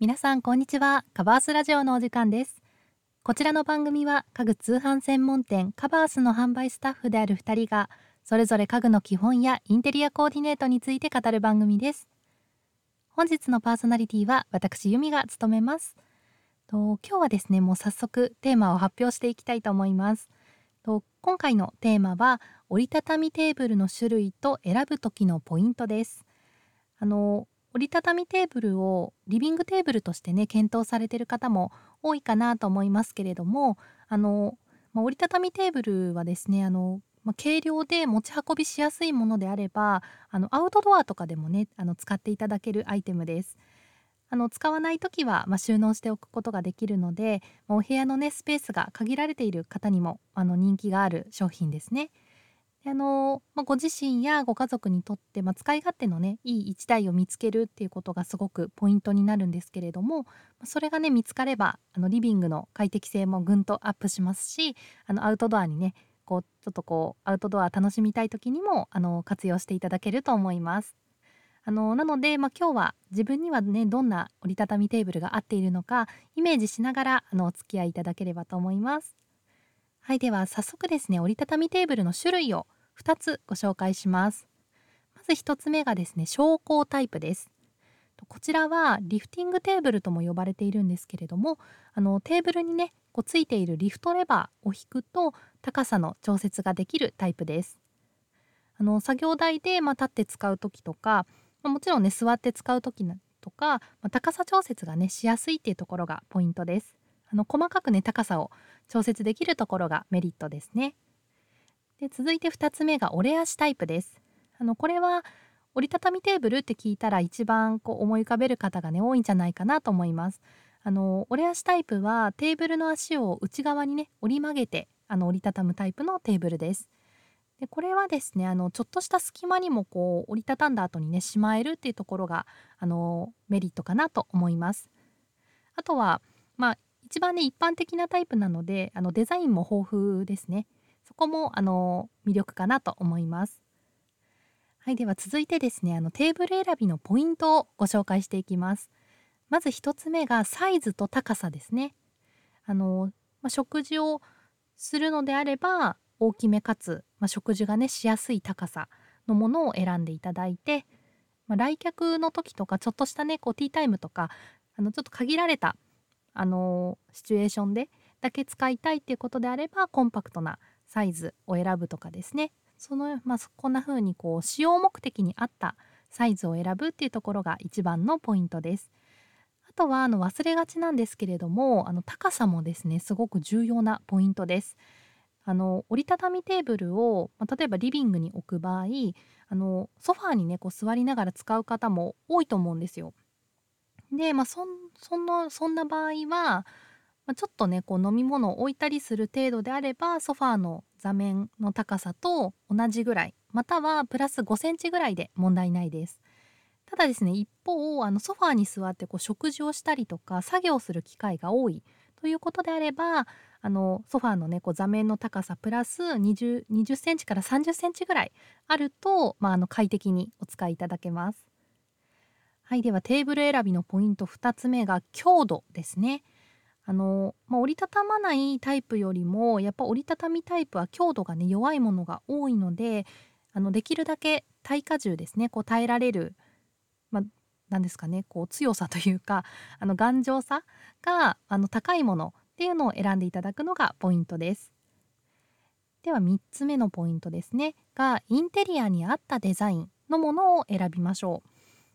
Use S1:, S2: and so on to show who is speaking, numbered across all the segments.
S1: 皆さんこんにちは。カバースラジオのお時間です。こちらの番組は家具通販専門店カバースの販売スタッフである2人がそれぞれ家具の基本やインテリアコーディネートについて語る番組です。本日のパーソナリティは私由美が務めます。今日はですね、もう早速テーマを発表していきたいと思います。今回のテーマは折りたたみテーブルの種類と選ぶ時のポイントです。折りたたみテーブルをリビングテーブルとしてね検討されている方も多いかなと思いますけれども、折りたたみテーブルはですね軽量で持ち運びしやすいものであればアウトドアとかでもね使っていただけるアイテムです。使わない時は、収納しておくことができるので、お部屋のねスペースが限られている方にも人気がある商品ですね。でご自身やご家族にとって、使い勝手のねいい一台を見つけるっていうことがすごくポイントになるんですけれども、それがね見つかればリビングの快適性もぐんとアップしますし、アウトドアにねちょっとアウトドア楽しみたい時にも活用していただけると思います。なので、今日は自分にはねどんな折りたたみテーブルが合っているのかイメージしながらお付き合いいただければと思います。はい、では早速ですね、折りたたみテーブルの種類を2つご紹介します。まず1つ目がですね、昇降タイプです。こちらはリフティングテーブルとも呼ばれているんですけれども、テーブルにねついているリフトレバーを引くと高さの調節ができるタイプです。作業台で、立って使う時とか、もちろんね座って使う時とか、高さ調節がねしやすいっていうところがポイントです。細かくね高さを調節できるところがメリットですね。で続いて2つ目が折れ足タイプです。これは折りたたみテーブルって聞いたら一番思い浮かべる方がね多いんじゃないかなと思います。折れ足タイプはテーブルの足を内側にね折り曲げて折りたたむタイプのテーブルです。でこれはですねちょっとした隙間にも折りたたんだ後にねしまえるっていうところがメリットかなと思います。あとは一番ね一般的なタイプなのでデザインも豊富ですね。そこも魅力かなと思います。はい、では続いてですねテーブル選びのポイントをご紹介していきます。まず一つ目がサイズと高さですね。食事をするのであれば大きめかつ、食事がねしやすい高さのものを選んでいただいて、来客の時とかちょっとしたねティータイムとかちょっと限られたシチュエーションでだけ使いたいっていうことであればコンパクトなサイズを選ぶとかですね。こんな風に使用目的に合ったサイズを選ぶっていうところが一番のポイントです。あとは忘れがちなんですけれども高さもですねすごく重要なポイントです。折りたたみテーブルを、例えばリビングに置く場合ソファーにね座りながら使う方も多いと思うんですよ。で、そんな場合は、ちょっとね飲み物を置いたりする程度であればソファーの座面の高さと同じぐらいまたはプラス5センチぐらいで問題ないです。ただですね一方ソファーに座って食事をしたりとか作業する機会が多いということであればソファーのね座面の高さプラス20センチから30センチぐらいあると、快適にお使いいただけます。はい、ではテーブル選びのポイント2つ目が強度ですね。折りたたまないタイプよりもやっぱ折りたたみタイプは強度がね弱いものが多いのでできるだけ耐荷重ですね耐えられる、なんですかね強さというか頑丈さが高いものっていうのを選んでいただくのがポイントです。では3つ目のポイントですねがインテリアに合ったデザインのものを選びましょう。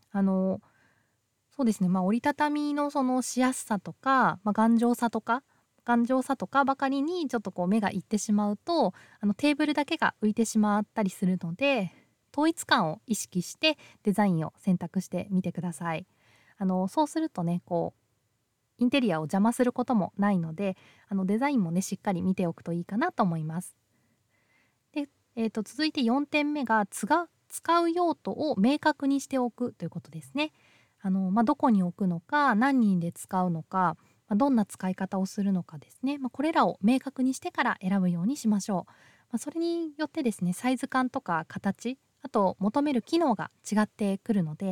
S1: そうですね、折りたたみのそのしやすさとか、頑丈さとかばかりにちょっと目がいってしまうとテーブルだけが浮いてしまったりするので統一感を意識してデザインを選択してみてください。そうするとねインテリアを邪魔することもないのでデザインもねしっかり見ておくといいかなと思います。で、続いて4点目が使う用途を明確にしておくということですね。どこに置くのか何人で使うのか、どんな使い方をするのかですね、これらを明確にしてから選ぶようにしましょう。それによってですねサイズ感とか形あと求める機能が違ってくるので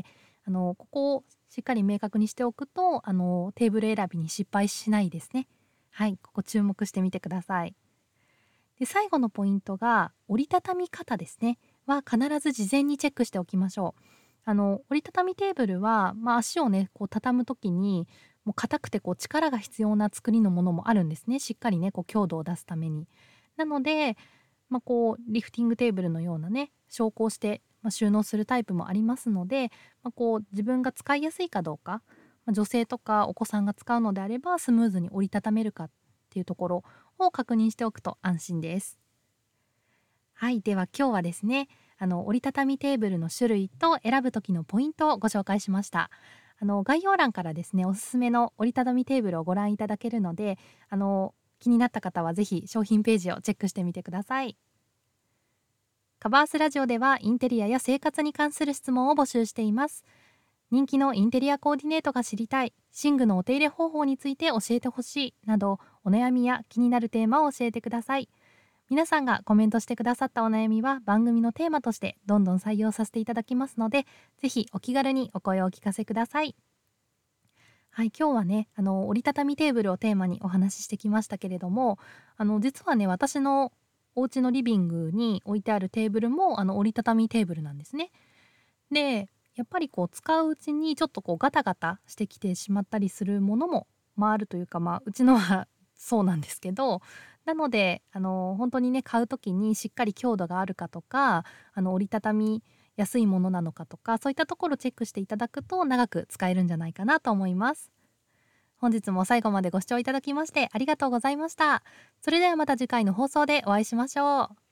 S1: ここをしっかり明確にしておくとテーブル選びに失敗しないですね。はい、ここ注目してみてください。で、最後のポイントが折りたたみ方ですねは必ず事前にチェックしておきましょう。折りたたみテーブルは、足をねこう畳む時にもう硬くてこう力が必要な作りのものもあるんですね。しっかりねこう強度を出すために。なので、こうリフティングテーブルのようなね昇降して、収納するタイプもありますので、こう自分が使いやすいかどうか、女性とかお子さんが使うのであればスムーズに折りたためるかっていうところを確認しておくと安心です。はい、では今日はですね折りたたみテーブルの種類と選ぶ時のポイントをご紹介しました。概要欄からですねおすすめの折りたたみテーブルをご覧いただけるので、気になった方はぜひ商品ページをチェックしてみてください。カバースラジオではインテリアや生活に関する質問を募集しています。人気のインテリアコーディネートが知りたい、寝具のお手入れ方法について教えてほしいなど、お悩みや気になるテーマを教えてください。皆さんがコメントしてくださったお悩みは番組のテーマとしてどんどん採用させていただきますので、ぜひお気軽にお声をお聞かせください。はい、今日はね折りたたみテーブルをテーマにお話ししてきましたけれども、実はね私のお家のリビングに置いてあるテーブルも折りたたみテーブルなんですね。で、やっぱりこう使ううちにちょっとこうガタガタしてきてしまったりするものも、あるというか、うちのはそうなんですけど、なので本当にね買う時にしっかり強度があるかとか、折りたたみやすいものなのかとか、そういったところをチェックしていただくと長く使えるんじゃないかなと思います。本日も最後までご視聴いただきましてありがとうございました。それではまた次回の放送でお会いしましょう。